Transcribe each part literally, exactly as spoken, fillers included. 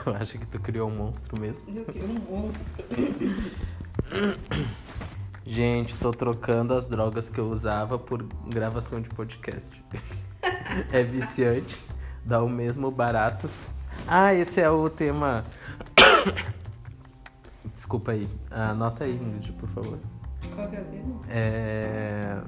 Tu acha que tu criou um monstro mesmo? Eu criei um monstro. Gente, tô trocando as drogas que eu usava por gravação de podcast. É viciante, dá o mesmo barato. Ah, esse é o tema... Desculpa aí, anota aí, Ingrid, por favor. Qual que é o tema? É...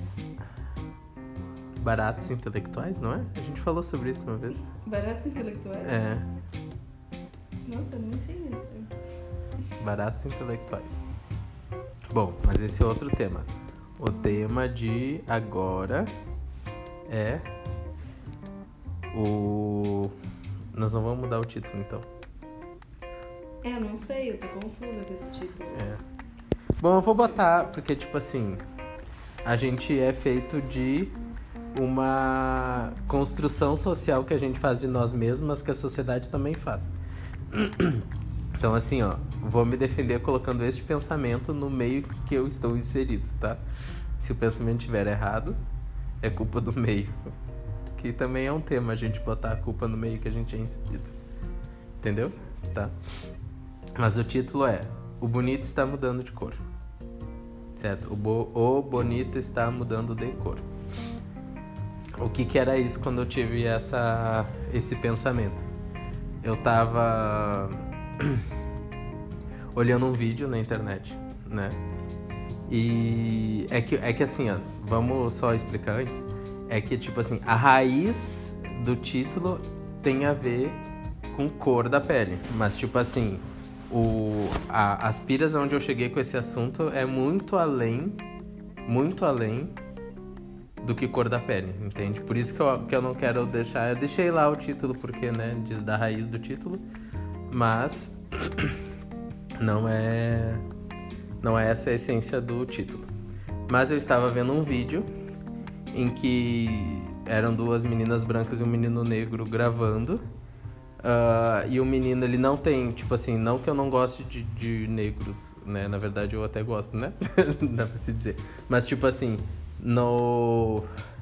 Baratos intelectuais, não é? A gente falou sobre isso uma vez. Baratos intelectuais? É, Nossa, eu não tinha isso. baratos intelectuais. Bom, mas esse é outro tema. O tema de agora é o... Nós não vamos mudar o título, então. É, eu não sei, eu tô confusa com esse título. É. Bom, eu vou botar, porque, tipo assim, a gente é feito de uma construção social que a gente faz de nós mesmos, mas que a sociedade também faz. Então, assim, ó, vou me defender colocando este pensamento no meio que eu estou inserido, tá? Se o pensamento estiver errado, é culpa do meio. Que também é um tema, a gente botar a culpa no meio que a gente é inserido. Entendeu? Tá? Mas o título é O Bonito Está Mudando de Cor. Certo? O, bo- o bonito está mudando de cor. O que que era isso quando eu tive essa, esse pensamento? Eu tava olhando um vídeo na internet, né? E é que, é que assim, ó, vamos só explicar antes. É que, tipo assim, a raiz do título tem a ver com cor da pele. Mas, tipo assim, o, a, as piras onde eu cheguei com esse assunto é muito além, muito além do que cor da pele, entende? Por isso que eu, que eu não quero deixar... Eu deixei lá o título porque, né, diz da raiz do título. Mas não é... Não é essa a essência do título. Mas eu estava vendo um vídeo em que eram duas meninas brancas e um menino negro gravando. Uh, e o menino, ele não tem, tipo assim, não que eu não goste de, de negros, né? Na verdade, eu até gosto, né? Dá pra se dizer. Mas, tipo assim, no...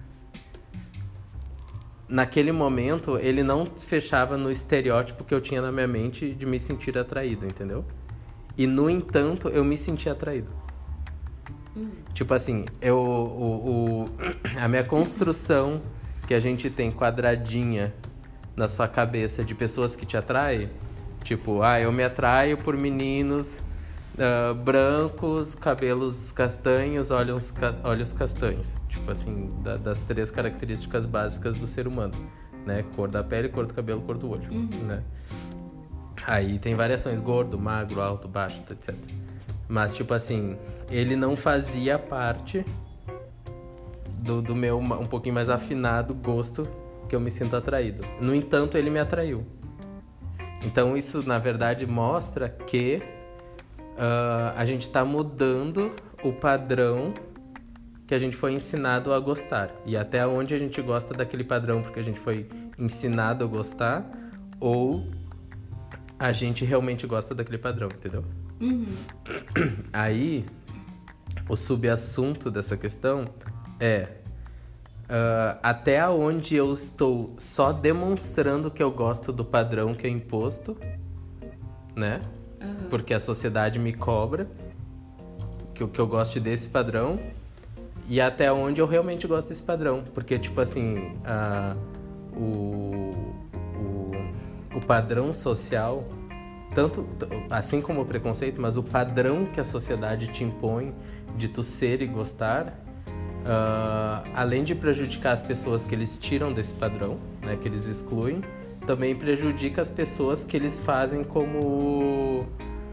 Naquele momento, ele não fechava no estereótipo que eu tinha na minha mente de me sentir atraído, entendeu? E, no entanto, eu me senti atraído. Uhum. Tipo assim, eu, o, o, a minha construção que a gente tem quadradinha na sua cabeça de pessoas que te atraem, tipo, ah, eu me atraio por meninos uh, brancos, cabelos castanhos, olhos, ca- olhos castanhos. Tipo assim, da, das três características básicas do ser humano, né? Cor da pele, cor do cabelo, cor do olho, uhum. Né? Aí tem variações, gordo, magro, alto, baixo, etcétera. Mas, tipo assim, ele não fazia parte do, do meu um pouquinho mais afinado gosto que eu me sinto atraído. No entanto, ele me atraiu. Então, isso, na verdade, mostra que uh, a gente está mudando o padrão que a gente foi ensinado a gostar. E até onde a gente gosta daquele padrão porque a gente foi ensinado a gostar ou a gente realmente gosta daquele padrão, entendeu? Uhum. Aí, o subassunto dessa questão é uh, até onde eu estou só demonstrando que eu gosto do padrão que é imposto, né? Uhum. Porque a sociedade me cobra que, que eu goste desse padrão e até onde eu realmente gosto desse padrão. Porque, tipo assim, uh, o, o, o padrão social... Tanto, assim como o preconceito, mas o padrão que a sociedade te impõe de tu ser e gostar, uh, além de prejudicar as pessoas que eles tiram desse padrão, né, que eles excluem, também prejudica as pessoas que eles fazem como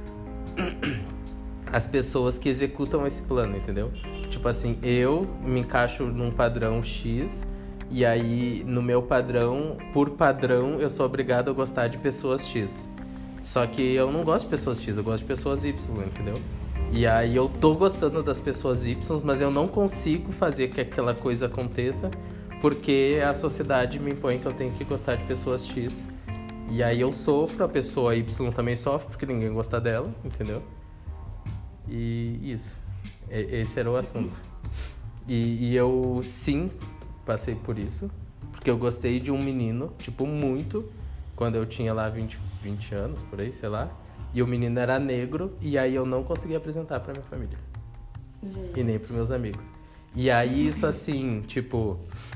as pessoas que executam esse plano, entendeu? Tipo assim, eu me encaixo num padrão X e aí no meu padrão, por padrão, eu sou obrigado a gostar de pessoas X. Só que eu não gosto de pessoas X, eu gosto de pessoas Y, entendeu? E aí eu tô gostando das pessoas Y, mas eu não consigo fazer que aquela coisa aconteça porque a sociedade me impõe que eu tenho que gostar de pessoas X. E aí eu sofro, a pessoa Y também sofre porque ninguém gosta dela, entendeu? E isso. Esse era o assunto. E, e eu, sim, passei por isso. Porque eu gostei de um menino, tipo, muito... quando eu tinha lá vinte, vinte anos, por aí, sei lá. E o menino era negro, e aí eu não conseguia apresentar pra minha família. Gente. E nem pros meus amigos. E aí isso assim, tipo...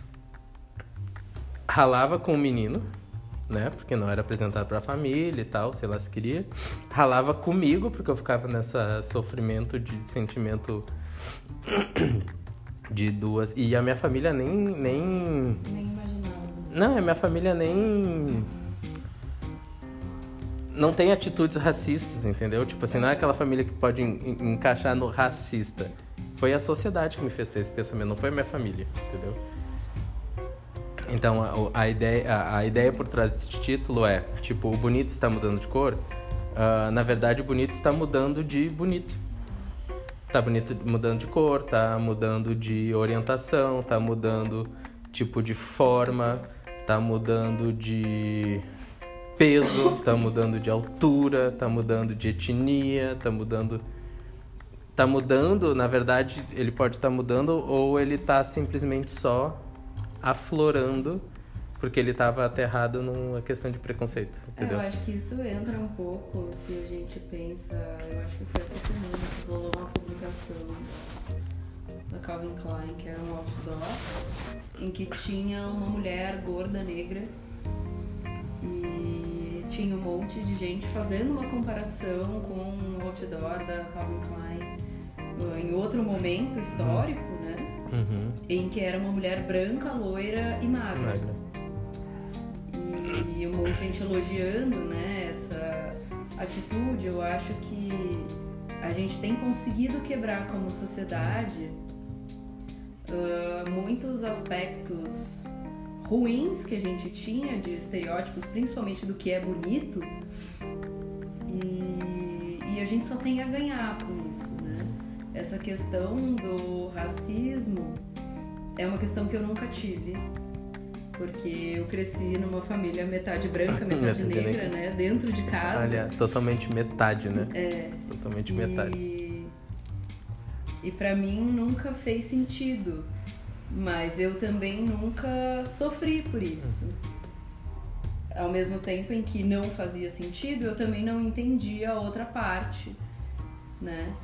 Ralava com o menino, né? Porque não era apresentado pra família e tal, sei lá se queria. Ralava comigo, porque eu ficava nessa sofrimento de sentimento de duas... E a minha família nem... Nem, Nem imaginava. não, a minha família nem... Não tem atitudes racistas, entendeu? Tipo assim, não é aquela família que pode en- encaixar no racista. Foi a sociedade que me fez ter esse pensamento, não foi a minha família, entendeu? Então, a, a, ideia, a, a ideia por trás desse título é, tipo, o bonito está mudando de cor. Uh, na verdade, o bonito está mudando de bonito. Tá bonito mudando de cor, tá mudando de orientação, tá mudando tipo de forma, tá mudando de... peso, tá mudando de altura, tá mudando de etnia, tá mudando... Tá mudando, na verdade, ele pode estar mudando ou ele tá simplesmente só aflorando porque ele estava aterrado numa questão de preconceito, entendeu? Eu acho que isso entra um pouco, se a gente pensa... Eu acho que foi essa semana que rolou uma publicação da Calvin Klein, que era um outdoor, em que tinha uma mulher gorda, negra, e tinha um monte de gente fazendo uma comparação com o outdoor da Calvin Klein em outro momento histórico, né? Uhum. Em que era uma mulher branca, loira e magra. Magra. E um monte de gente elogiando, né, essa atitude. Eu acho que a gente tem conseguido quebrar como sociedade uh, muitos aspectos ruins que a gente tinha de estereótipos, principalmente do que é bonito, e, e a gente só tem a ganhar com isso, né? Essa questão do racismo é uma questão que eu nunca tive, porque eu cresci numa família metade branca, metade negra, né? Dentro de casa. Olha, totalmente metade, né? É. Totalmente e... metade. E pra mim nunca fez sentido. Mas eu também nunca sofri por isso. Ao mesmo tempo em que não fazia sentido, eu também não entendia a outra parte, né?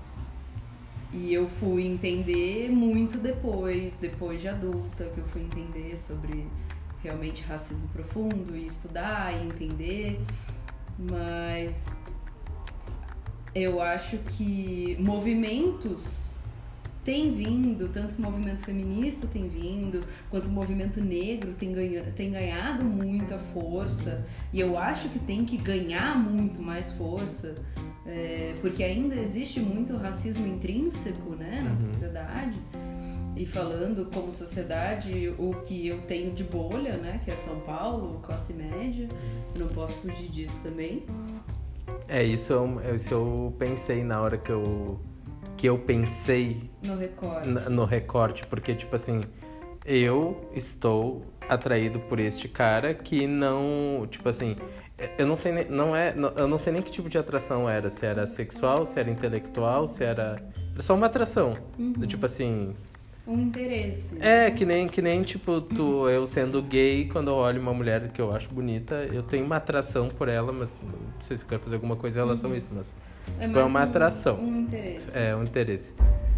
E eu fui entender muito depois, depois de adulta, que eu fui entender sobre realmente racismo profundo e estudar e entender. Mas eu acho que movimentos tem vindo, tanto que o movimento feminista tem vindo, quanto o movimento negro tem, ganha, tem ganhado muita força, e eu acho que tem que ganhar muito mais força, é, porque ainda existe muito racismo intrínseco, né, na uhum. sociedade. E falando como sociedade, o que eu tenho de bolha, né, que é São Paulo, classe média, eu não posso fugir disso também. É, isso eu, isso eu pensei na hora que eu... que eu pensei no recorte. no recorte, porque, tipo assim, eu estou atraído por este cara que não, tipo assim, eu não sei, não é, eu não sei nem que tipo de atração era, se era sexual, se era intelectual, se era, era só uma atração, uhum. do, tipo assim... Um interesse. É, que nem, que nem tipo, tu, eu sendo gay, quando eu olho uma mulher que eu acho bonita, eu tenho uma atração por ela, mas não sei se eu quero fazer alguma coisa em relação uhum. a isso, mas é, tipo, é uma um, atração. Um interesse. É, um interesse.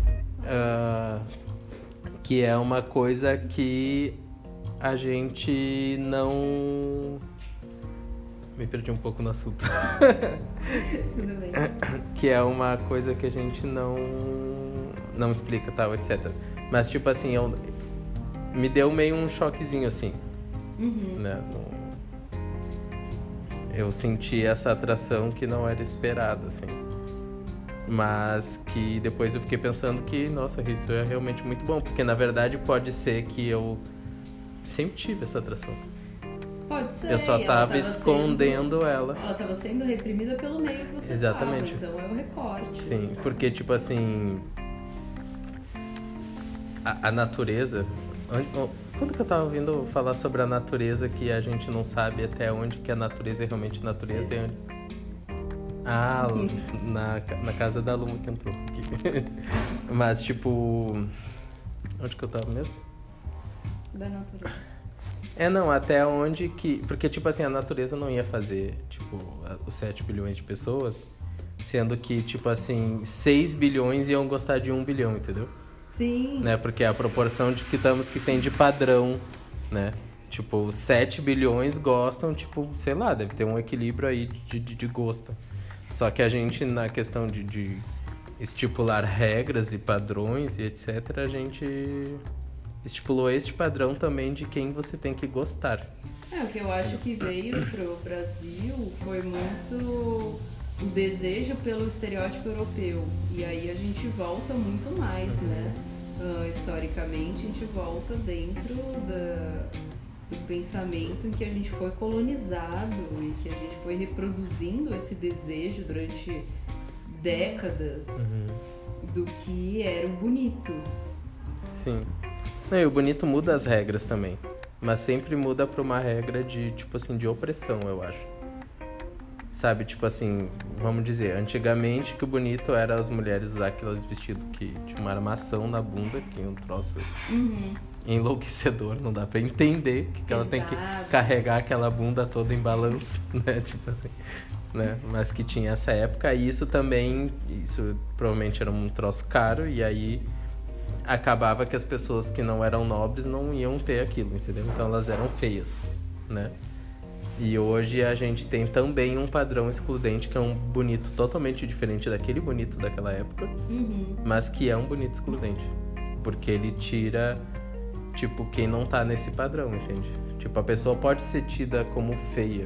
Uh, que é uma coisa que a gente não... Me perdi um pouco no assunto. Tudo bem. Que é uma coisa que a gente não, não explica, tal, etcétera. Mas, tipo assim, eu, me deu meio um choquezinho, assim. Uhum. Né? Eu senti essa atração que não era esperada, assim. Mas que depois eu fiquei pensando que, nossa, isso é realmente muito bom. Porque, na verdade, pode ser que eu sempre tive essa atração. Pode ser. Eu só tava escondendo sendo, ela. Ela tava sendo reprimida pelo meio que você Exatamente. tava, então é o recorte. Sim, porque, tipo assim... A, a natureza... Quando que eu tava ouvindo falar sobre a natureza, que a gente não sabe até onde que a natureza é realmente natureza? E onde... Ah, na, na casa da Luma que entrou aqui. Mas, tipo... Onde que eu tava mesmo? Da natureza. É, não, até onde que... Porque, tipo assim, a natureza não ia fazer, tipo, os sete bilhões de pessoas, sendo que, tipo assim, seis bilhões iam gostar de um bilhão, entendeu? Sim. Né? Porque é a proporção de que estamos que tem de padrão, né? Tipo, os sete bilhões gostam, tipo, sei lá, deve ter um equilíbrio aí de, de, de gosto. Só que a gente, na questão de, de estipular regras e padrões e etcétera, a gente estipulou este padrão também de quem você tem que gostar. É, o que eu acho que veio pro Brasil foi muito o desejo pelo estereótipo europeu. E aí a gente volta muito mais, né? Uh, historicamente, a gente volta dentro da, do pensamento em que a gente foi colonizado e que a gente foi reproduzindo esse desejo durante décadas uhum. do que era o bonito. Sim. Não, e o bonito muda as regras também. Mas sempre muda pra uma regra de, tipo assim, de opressão, eu acho. Sabe, tipo assim, vamos dizer, antigamente que o bonito era as mulheres usar aqueles vestidos que tinha uma armação na bunda, que é um troço uhum. enlouquecedor, não dá pra entender que, que ela tem que carregar aquela bunda toda em balanço, né, tipo assim, né, mas que tinha essa época, e isso também, isso provavelmente era um troço caro, e aí acabava que as pessoas que não eram nobres não iam ter aquilo, entendeu? Então elas eram feias, né? E hoje a gente tem também um padrão excludente que é um bonito totalmente diferente daquele bonito daquela época, uhum. mas que é um bonito excludente, porque ele tira, tipo, quem não tá nesse padrão, entende? Tipo, a pessoa pode ser tida como feia.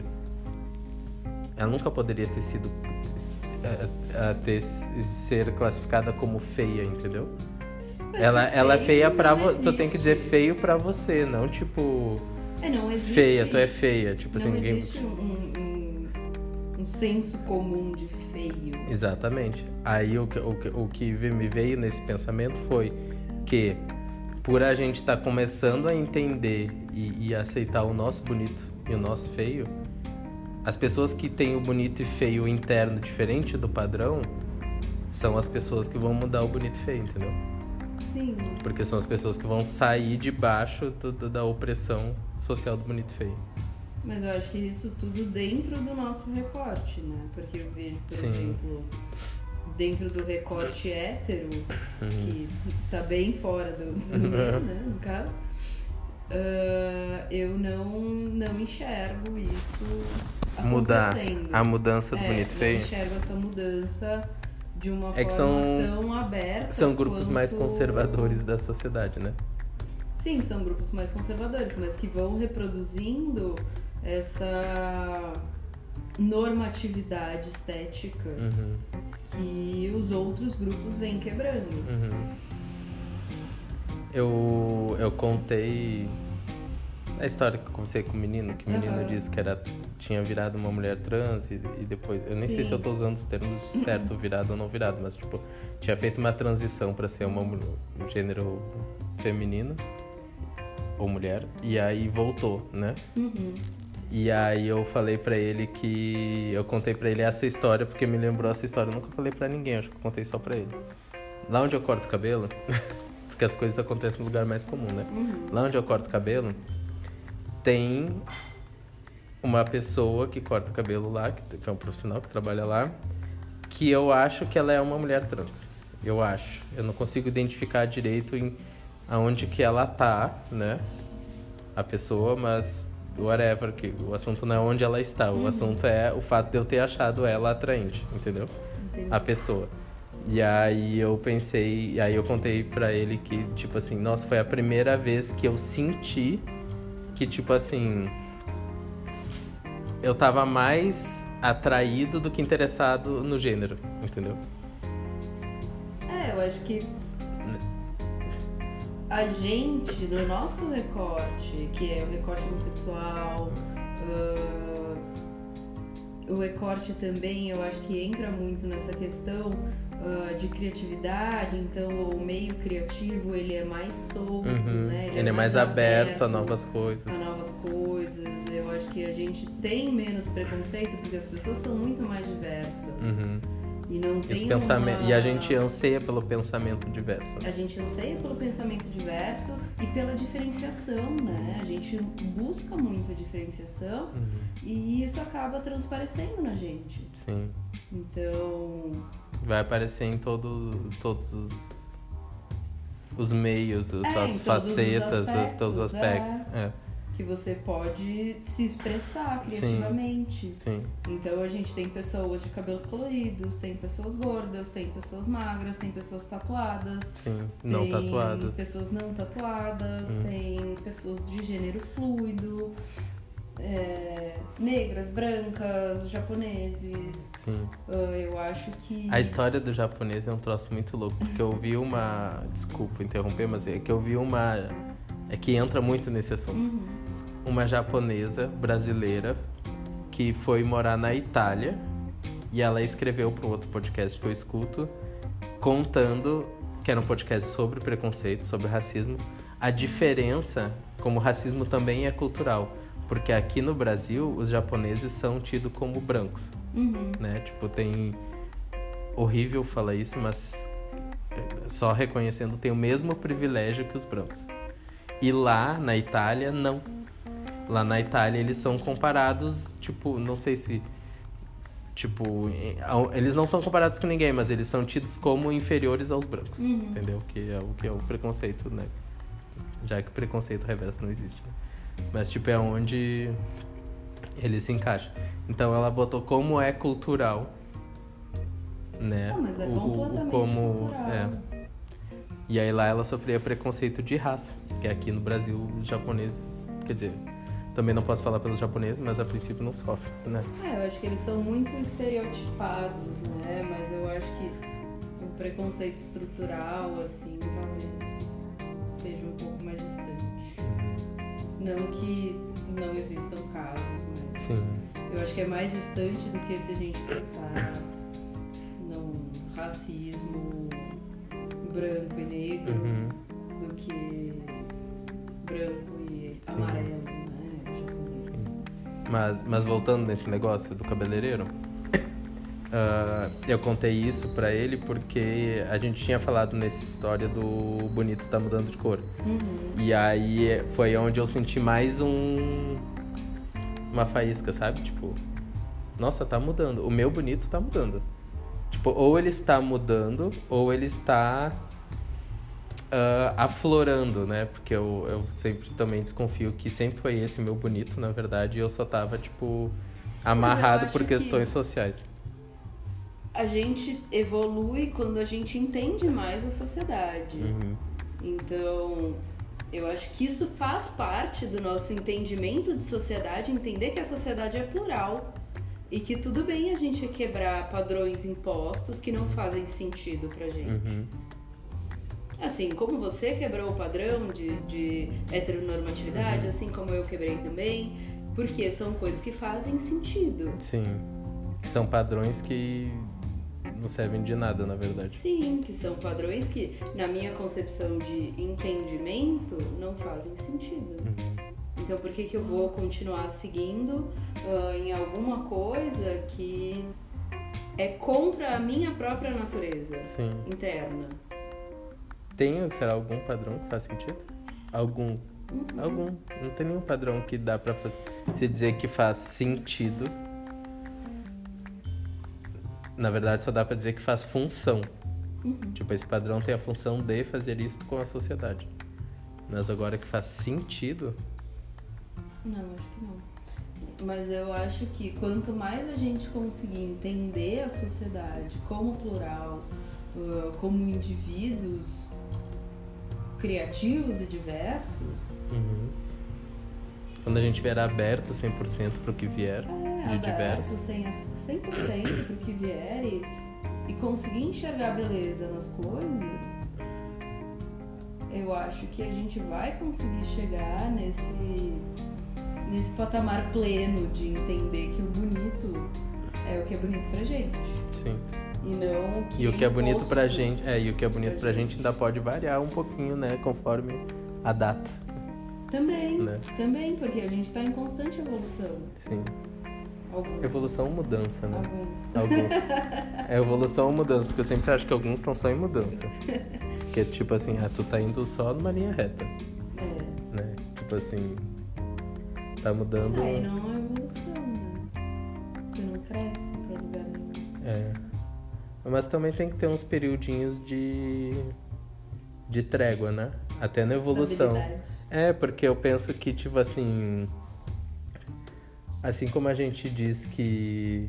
Ela nunca poderia ter sido, a, a ter, ser classificada como feia, entendeu? Ela, ela é feia pra você. Tu tem que dizer feio pra você, não tipo. É, não existe. Feia, tu é feia. Tipo não assim, existe ninguém... um, um, um senso comum de feio. Exatamente. Aí o, o, o que me veio nesse pensamento foi que, por a gente estar tá começando a entender e, e aceitar o nosso bonito e o nosso feio, as pessoas que têm o bonito e feio interno diferente do padrão são as pessoas que vão mudar o bonito e feio, entendeu? Sim. Porque são as pessoas que vão sair debaixo do, do, da opressão social do bonito e feio. Mas eu acho que isso tudo dentro do nosso recorte, né? Porque eu vejo, por Sim. exemplo, dentro do recorte hétero, uhum. que tá bem fora do, do meu, né, no caso, uh, eu não, não enxergo isso acontecendo. Mudar a mudança do é, bonito e feio? Eu enxergo essa mudança de uma é que forma são, tão aberta. São grupos quanto... mais conservadores da sociedade, né? Sim, são grupos mais conservadores, mas que vão reproduzindo essa normatividade estética uhum. que os outros grupos vêm quebrando. Uhum. Eu, eu contei a história que eu conversei com o menino, que o menino uhum. disse que era, tinha virado uma mulher trans e, e depois... Eu nem Sim. sei se eu tô usando os termos certo, virado ou não virado, mas tipo, tinha feito uma transição pra ser uma, um gênero feminino ou mulher, e aí voltou, né? Uhum. E aí eu falei pra ele que... Eu contei pra ele essa história, porque me lembrou essa história. Eu nunca falei pra ninguém, acho que eu contei só pra ele. Lá onde eu corto o cabelo, porque as coisas acontecem no lugar mais comum, né? Uhum. Lá onde eu corto o cabelo, tem uma pessoa que corta o cabelo lá, que é um profissional que trabalha lá, que eu acho que ela é uma mulher trans. Eu acho. Eu não consigo identificar direito em aonde que ela tá, né? A pessoa, mas whatever, que o assunto não é onde ela está. O uhum. assunto é o fato de eu ter achado ela atraente, entendeu? Entendi. A pessoa. E aí eu pensei, e aí eu contei pra ele que, tipo assim, nossa, foi a primeira vez que eu senti que, tipo assim, eu tava mais atraído do que interessado no gênero, entendeu? É, eu acho que a gente, no nosso recorte, que é o recorte homossexual, uh, o recorte também, eu acho que entra muito nessa questão uh, de criatividade, então o meio criativo, ele é mais solto, uhum. né? Ele, ele é mais, mais aberto, aberto a novas coisas. A novas coisas. Eu acho que a gente tem menos preconceito porque as pessoas são muito mais diversas. Uhum. E não Esse tem pensamento, uma... E a gente anseia pelo pensamento diverso. A gente anseia pelo pensamento diverso e pela diferenciação, né? A gente busca muito a diferenciação Uhum. e isso acaba transparecendo na gente. Sim. Então... Vai aparecer em todo, todos os, os meios, as É, tuas em todos os facetas, os teus aspectos, aspectos. É. que você pode se expressar criativamente. Sim. Então a gente tem pessoas de cabelos coloridos, tem pessoas gordas, tem pessoas magras, tem pessoas tatuadas, Sim. Não tem tatuadas. pessoas não tatuadas, Hum. tem pessoas de gênero fluido, é, negras, brancas, japoneses. Sim. Uh, eu acho que... A história do japonês é um troço muito louco, porque eu vi uma... Desculpa interromper, mas é que eu vi uma... É que entra muito nesse assunto. Uhum. Uma japonesa brasileira que foi morar na Itália e ela escreveu para um outro podcast que eu escuto, contando, que era um podcast sobre preconceito, sobre racismo, a diferença, como o racismo também é cultural, porque aqui no Brasil os japoneses são tidos como brancos, Uhum. né? Tipo, tem... Horrível falar isso, mas só reconhecendo, tem o mesmo privilégio que os brancos. E lá na Itália, não. Lá na Itália eles são comparados, tipo, não sei se... Tipo, eles não são comparados com ninguém, mas eles são tidos como inferiores aos brancos, Uhum. entendeu? Que é o que é o preconceito, né? Já que o preconceito reverso não existe, né? Mas, tipo, é onde ele se encaixa. Então ela botou como é cultural, né? Ah, mas é O- o- completamente como, cultural. é. E aí lá ela sofria preconceito de raça, que aqui no Brasil os japoneses, quer dizer, também não posso falar pelos japoneses, mas a princípio não sofrem, né? É, eu acho que eles são muito estereotipados, né? Mas eu acho que o preconceito estrutural, assim, talvez esteja um pouco mais distante. Não que não existam casos, mas Sim. eu acho que é mais distante do que se a gente pensar no racismo branco e negro Uhum. do que branco e amarelo, né? Japonês. Mas, mas voltando nesse negócio do cabeleireiro, ah, eu contei isso pra ele porque a gente tinha falado nessa história do Bonito Tá Mudando de Cor. Uhum. E aí foi onde eu senti mais um... uma faísca, sabe? Tipo, nossa, tá mudando. O meu Bonito tá mudando. Tipo, ou ele está mudando, ou ele está ah, aflorando, né? Porque eu, eu sempre também desconfio que sempre foi esse meu Bonito, na verdade, e eu só tava, tipo, amarrado acho por questões que- sociais. A gente evolui quando a gente entende mais a sociedade. Uhum. Então, eu acho que isso faz parte do nosso entendimento de sociedade, entender que a sociedade é plural e que tudo bem a gente quebrar padrões impostos que não fazem sentido pra gente. Uhum. Assim, como você quebrou o padrão de, de heteronormatividade, Uhum. assim como eu quebrei também, porque são coisas que fazem sentido. Sim. São padrões que não servem de nada, na verdade. Sim, que são padrões que, na minha concepção de entendimento, não fazem sentido. Uhum. Então, por que, que eu vou continuar seguindo ah, em alguma coisa que é contra a minha própria natureza Sim. interna? Tem, será algum padrão que faz sentido? Algum. Uhum. Algum. Não tem nenhum padrão que dá pra fa- se dizer que faz sentido. Na verdade, só dá pra dizer que faz função. Uhum. Tipo, esse padrão tem a função de fazer isso com a sociedade. Mas agora que faz sentido... Não, acho que não. Mas eu acho que quanto mais a gente conseguir entender a sociedade como plural, ah, como indivíduos criativos e diversos, Uhum. Quando a gente vier aberto cem por cento pro que vier, é, de aberto diverso. cem por cento pro que vier e, e conseguir enxergar beleza nas coisas, eu acho que a gente vai conseguir chegar nesse, nesse patamar pleno de entender que o bonito é o que é bonito pra gente. Sim. E não o que E o que é bonito imposto pra gente... É, e o que é bonito pra pra gente gente. ainda pode variar um pouquinho, né? Conforme a data, Também, né? também, porque a gente tá em constante evolução. Sim. Alguns. Evolução ou mudança, né? Alguns. Alguns. É evolução ou mudança, porque eu sempre acho que alguns estão só em mudança. Que é tipo assim, ah, tu tá indo só numa linha reta. É. Né? Tipo assim, tá mudando... Aí não é evolução, né? Você não cresce pra lugar nenhum. É. Mas também tem que ter uns periodinhos de... de trégua, né? Até na evolução. É, porque eu penso que, tipo assim... Assim como a gente diz que...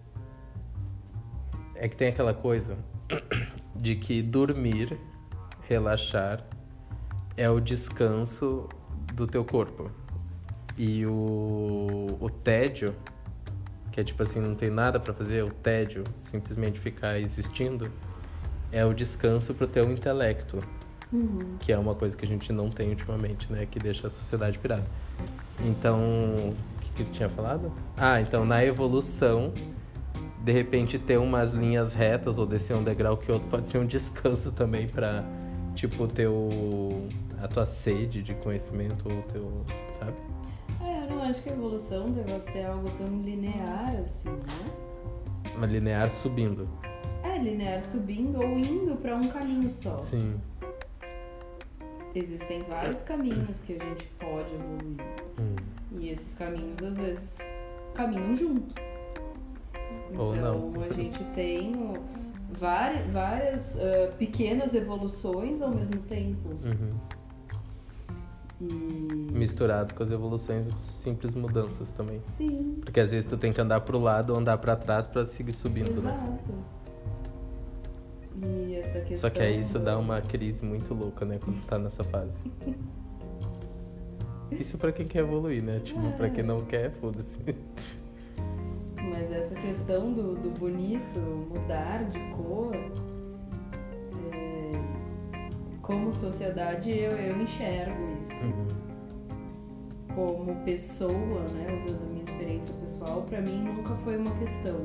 É que tem aquela coisa de que dormir, relaxar, é o descanso do teu corpo. E o, o tédio, que é tipo assim, não tem nada pra fazer, o tédio, simplesmente ficar existindo, é o descanso pro teu intelecto. Uhum. Que é uma coisa que a gente não tem ultimamente, né? Que deixa a sociedade pirada. Então, o que, que eu tinha falado? Ah, então na evolução, de repente ter umas linhas retas ou descer um degrau que outro pode ser um descanso também pra, tipo, teu, a tua sede de conhecimento ou teu, sabe? É, eu não acho que a evolução deva ser algo tão linear assim, né? Uma linear subindo. É, linear subindo ou indo pra um caminho só. Sim. Existem vários caminhos que a gente pode evoluir. Hum. E esses caminhos, às vezes, caminham junto. Ou então, não. a gente tem várias, várias uh, pequenas evoluções ao mesmo tempo. Uhum. E... Misturado com as evoluções, simples mudanças também. Sim. Porque às vezes tu tem que andar pro lado ou andar pra trás pra seguir subindo, Exato. né? E essa questão... Só que aí isso do... dá uma crise muito louca, né? Quando tá nessa fase. Isso pra quem quer evoluir, né? Tipo, É. pra quem não quer, foda-se. Mas essa questão do, do bonito mudar de cor, é, como sociedade eu, eu enxergo isso. Uhum. Como pessoa, né, usando a minha experiência pessoal, pra mim nunca foi uma questão.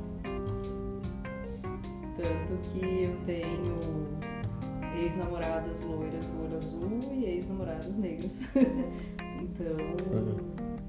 Tanto que eu tenho ex-namoradas loiras do olho azul e ex-namorados negros. Então... Sim.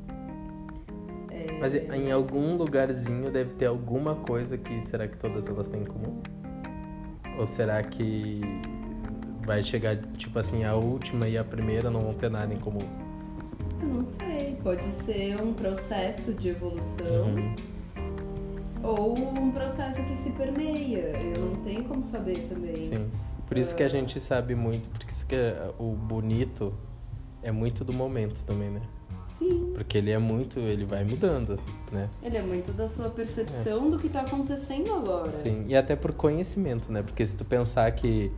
É... Mas em algum lugarzinho deve ter alguma coisa que será que todas elas têm em comum? Ou será que vai chegar, tipo assim, a última e a primeira não vão ter nada em comum? Eu não sei, pode ser um processo de evolução Uhum. ou um processo que se permeia. Eu não tenho como saber também. Sim. Por isso que a gente sabe muito, por isso que o bonito é muito do momento também, né? Sim. Porque ele é muito, ele vai mudando, né? Ele é muito da sua percepção é. do que tá acontecendo agora. Sim, e até por conhecimento, né? Porque se tu pensar que...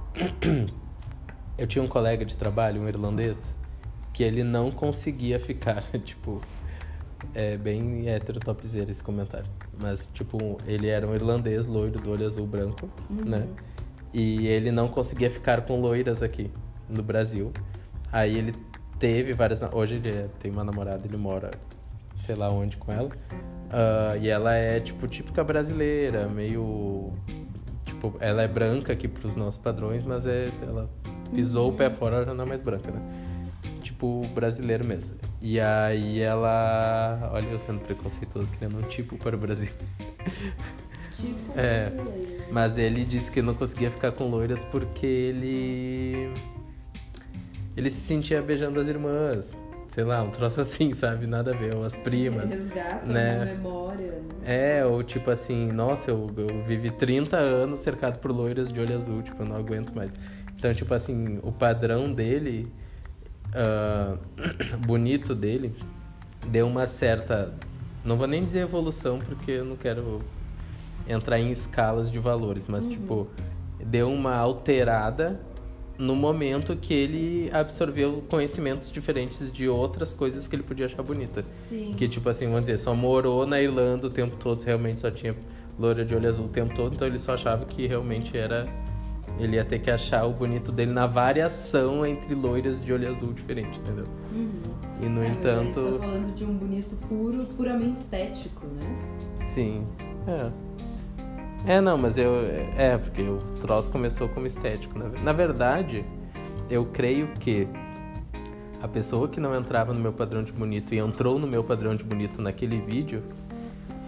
Eu tinha um colega de trabalho, um irlandês, que ele não conseguia ficar, tipo... É bem hétero topzera esse comentário. Mas, tipo, ele era um irlandês loiro, do olho azul branco, uhum. né? E ele não conseguia ficar com loiras aqui no Brasil. Aí ele teve várias... Hoje ele é, tem uma namorada, ele mora sei lá onde com ela. Uh, e ela é, tipo, típica brasileira, meio... Tipo, ela é branca aqui pros nossos padrões, mas é, ela pisou uhum. o pé fora, ela já não é mais branca, né? Tipo, brasileiro mesmo. E aí ela... Olha eu sendo preconceituoso, criando um tipo para o Brasil. Tipo é, brasileiro. Mas ele disse que não conseguia ficar com loiras porque ele... Ele se sentia beijando as irmãs. Sei lá, um troço assim, sabe? Nada a ver, ou as primas. Resgata né? uma memória. Né? É, ou tipo assim, nossa, eu, eu vivi trinta anos cercado por loiras de olho azul, tipo, eu não aguento mais. Então, tipo assim, o padrão dele, uh, bonito dele, deu uma certa... Não vou nem dizer evolução, porque eu não quero entrar em escalas de valores, mas uhum. tipo, deu uma alterada no momento que ele absorveu conhecimentos diferentes de outras coisas que ele podia achar bonita. Sim. Que, tipo assim, vamos dizer, só morou na Irlanda o tempo todo, realmente só tinha loira de olho azul o tempo todo, então ele só achava que realmente era... Ele ia ter que achar o bonito dele na variação entre loiras de olho azul diferente, entendeu? Uhum. E, no é, entanto... Mas a gente tá falando de um bonito puro, puramente estético, né? Sim, é... É, não, mas eu... É, porque o troço começou como estético. Na, na verdade, eu creio que a pessoa que não entrava no meu padrão de bonito e entrou no meu padrão de bonito naquele vídeo,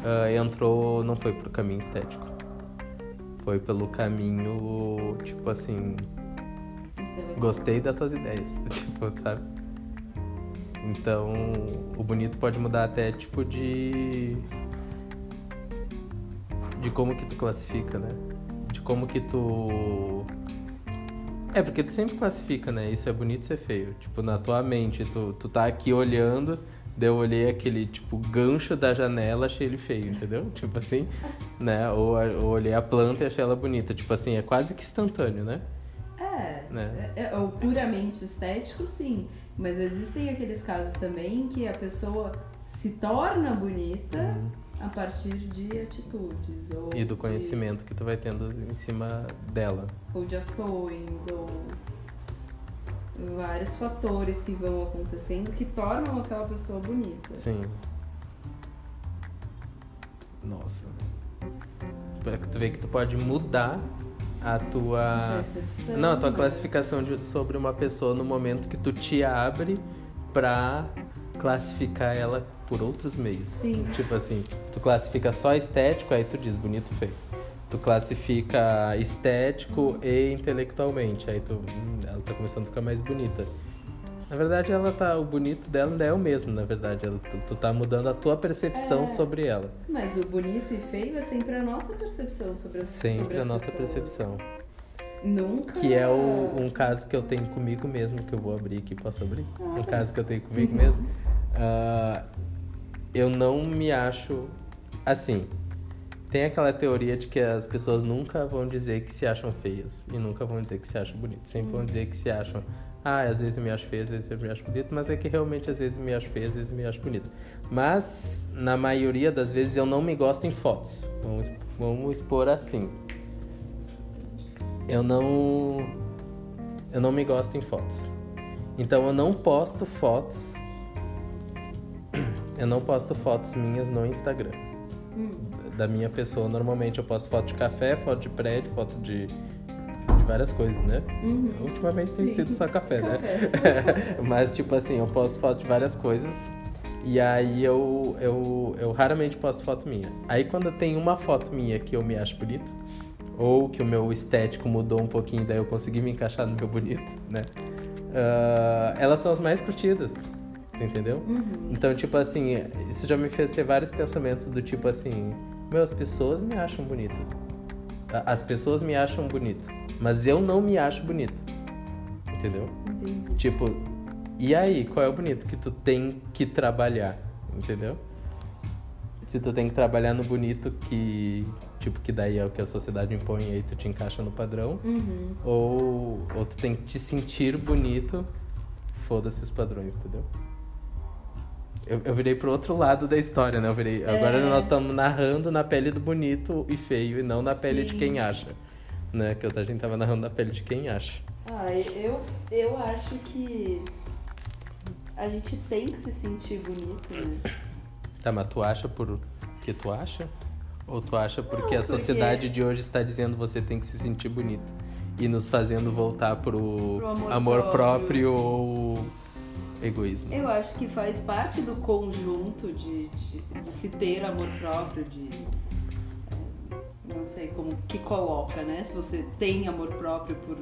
uh, entrou, não foi pro caminho estético. Foi pelo caminho, tipo assim, gostei das tuas ideias, tipo, sabe? Então, o bonito pode mudar até, tipo, de... de como que tu classifica, né? De como que tu... É, porque tu sempre classifica, né? Isso é bonito, isso é feio. Tipo, na tua mente, tu, tu tá aqui olhando, daí eu olhei aquele, tipo, gancho da janela, achei ele feio, entendeu? Tipo assim, né? Ou, ou olhei a planta e achei ela bonita. Tipo assim, é quase que instantâneo, né? É, né? é, é o puramente estético, sim. Mas existem aqueles casos também que a pessoa se torna bonita uhum. a partir de atitudes. Ou e do conhecimento de, que tu vai tendo em cima dela. Ou de ações, ou vários fatores que vão acontecendo que tornam aquela pessoa bonita. Sim. Nossa. Pra que tu vê que tu pode mudar a tua percepção, não, a tua né? classificação de, sobre uma pessoa no momento que tu te abre pra classificar ela por outros meios. Sim. Tipo assim, tu classifica só estético, aí tu diz bonito ou feio. Tu classifica estético e intelectualmente, aí tu, hum, ela tá começando a ficar mais bonita. Na verdade, ela tá, o bonito dela ainda é o mesmo, na verdade. Ela, tu, tu tá mudando a tua percepção é, sobre ela. Mas o bonito e feio é sempre a nossa percepção sobre as Sempre sobre as a nossa pessoas. percepção. Nunca... Que é o, um caso que eu tenho comigo mesmo, que eu vou abrir aqui, posso abrir? Ah, um caso que eu tenho comigo mesmo. Uh, eu não me acho... Assim, tem aquela teoria de que as pessoas nunca vão dizer que se acham feias e nunca vão dizer que se acham bonitas. Sempre vão dizer que se acham... Ah, às vezes eu me acho feia, às vezes eu me acho bonito, mas é que realmente às vezes eu me acho feia, às vezes eu me acho bonito. Mas, na maioria das vezes, eu não me gosto em fotos. Vamos, vamos expor assim. Eu não... Eu não me gosto em fotos. Então, eu não posto fotos... Eu não posto fotos minhas no Instagram. Hum. Da minha pessoa, normalmente eu posto foto de café, foto de prédio, foto de... de várias coisas, né? Uhum. Ultimamente tem Sim. sido só café, café. né? Mas, tipo assim, eu posto foto de várias coisas e aí eu, eu, eu raramente posto foto minha. Aí quando tem uma foto minha que eu me acho bonito, ou que o meu estético mudou um pouquinho, daí eu consegui me encaixar no meu bonito, né? Uh, elas são as mais curtidas, entendeu? Uhum. Então, tipo assim, isso já me fez ter vários pensamentos do tipo assim, meu, as pessoas me acham bonitas. As pessoas me acham bonito. Mas eu não me acho bonito. Entendeu? Entendi. Tipo, e aí, qual é o bonito que tu tem que trabalhar? Entendeu? Se tu tem que trabalhar no bonito que... Tipo, que daí é o que a sociedade impõe e aí tu te encaixa no padrão. Uhum. Ou, ou tu tem que te sentir bonito, foda-se os padrões, entendeu? Eu, eu virei pro outro lado da história, né? Eu virei, é. Agora nós estamos narrando na pele do bonito e feio e não na pele Sim. de quem acha. Né? Que a gente tava narrando na pele de quem acha. Ah, eu, eu acho que a gente tem que se sentir bonito, né? Tá, mas tu acha por que tu acha? Ou tu acha porque Não, a sociedade porque... de hoje está dizendo você tem que se sentir bonito e nos fazendo voltar pro, pro amor, amor próprio. próprio ou egoísmo? Eu acho que faz parte do conjunto de, de, de se ter amor próprio, de... não sei como que coloca, né? Se você tem amor próprio por...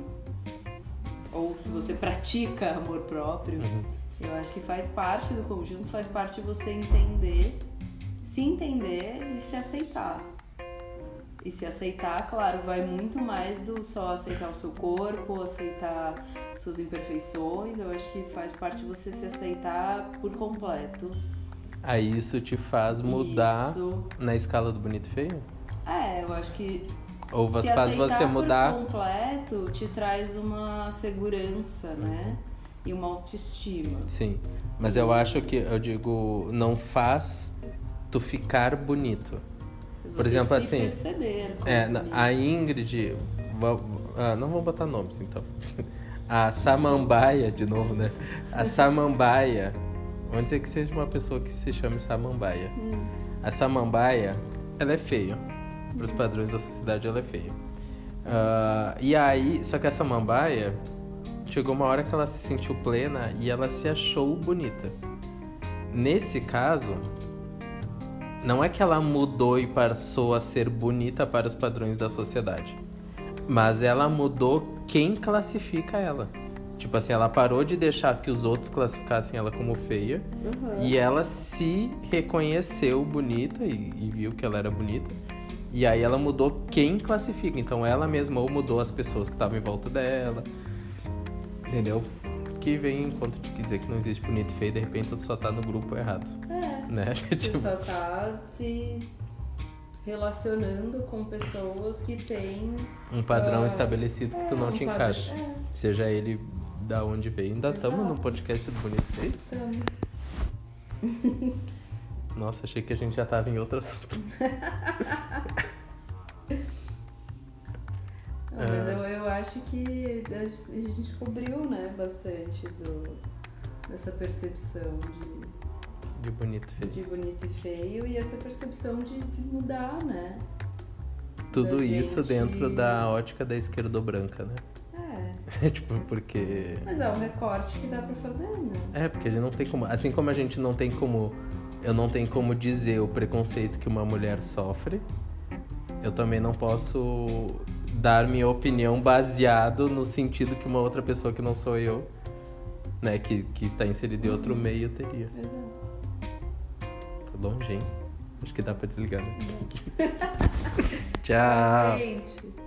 ou se você pratica amor próprio, uhum. eu acho que faz parte do conjunto, faz parte de você entender, se entender e se aceitar. E se aceitar, claro, vai muito mais do só aceitar o seu corpo, aceitar suas imperfeições. Eu acho que faz parte de você se aceitar por completo. Aí isso te faz mudar isso. Na escala do bonito e feio? É, eu acho que ou você se faz você mudar por completo te traz uma segurança, né? E uma autoestima. Sim, mas eu acho que, eu digo, não faz tu ficar bonito. Por você exemplo, se assim, perceber como é, bonito. A Ingrid, ah, não vou botar nomes então. A Samambaia, de novo, né? A Samambaia, vamos dizer que seja uma pessoa que se chame Samambaia. Hum. A Samambaia, ela é feia. Para os padrões da sociedade, ela é feia. Uh, e aí, só que essa Samambaia, chegou uma hora que ela se sentiu plena e ela se achou bonita. Nesse caso, não é que ela mudou e passou a ser bonita para os padrões da sociedade, mas ela mudou quem classifica ela. Tipo assim, ela parou de deixar que os outros classificassem ela como feia, Uhum. e ela se reconheceu bonita e, e viu que ela era bonita. E aí ela mudou quem classifica. Então ela mesma ou mudou as pessoas que estavam em volta dela. Entendeu? Que vem em conta de dizer que não existe bonito e feio, de repente tu só tá no grupo errado. É. Né? Você Tipo, só tá se relacionando com pessoas que têm um padrão Ah, estabelecido que tu é, não um te padrão- encaixa. É, Seja ele da onde veio. Ainda estamos Exato. no podcast do bonito e feio. então. Nossa, achei que a gente já tava em outro assunto. Não, mas eu, eu acho que a gente cobriu, né, bastante do, dessa percepção de, De bonito e feio. de bonito e feio e essa percepção de, de mudar, né? Tudo da isso gente- dentro da ótica da esquerdobranca, né? É, Tipo, porque... mas é um recorte que dá pra fazer, né? É, porque a gente não tem como... Assim como a gente não tem como... Eu não tenho como dizer o preconceito que uma mulher sofre, eu também não posso dar minha opinião baseado no sentido que uma outra pessoa que não sou eu, né, que, que está inserida em outro meio, teria. Exato. Foi longe, hein? Acho que dá pra desligar, né? Tchau, Tchau! gente.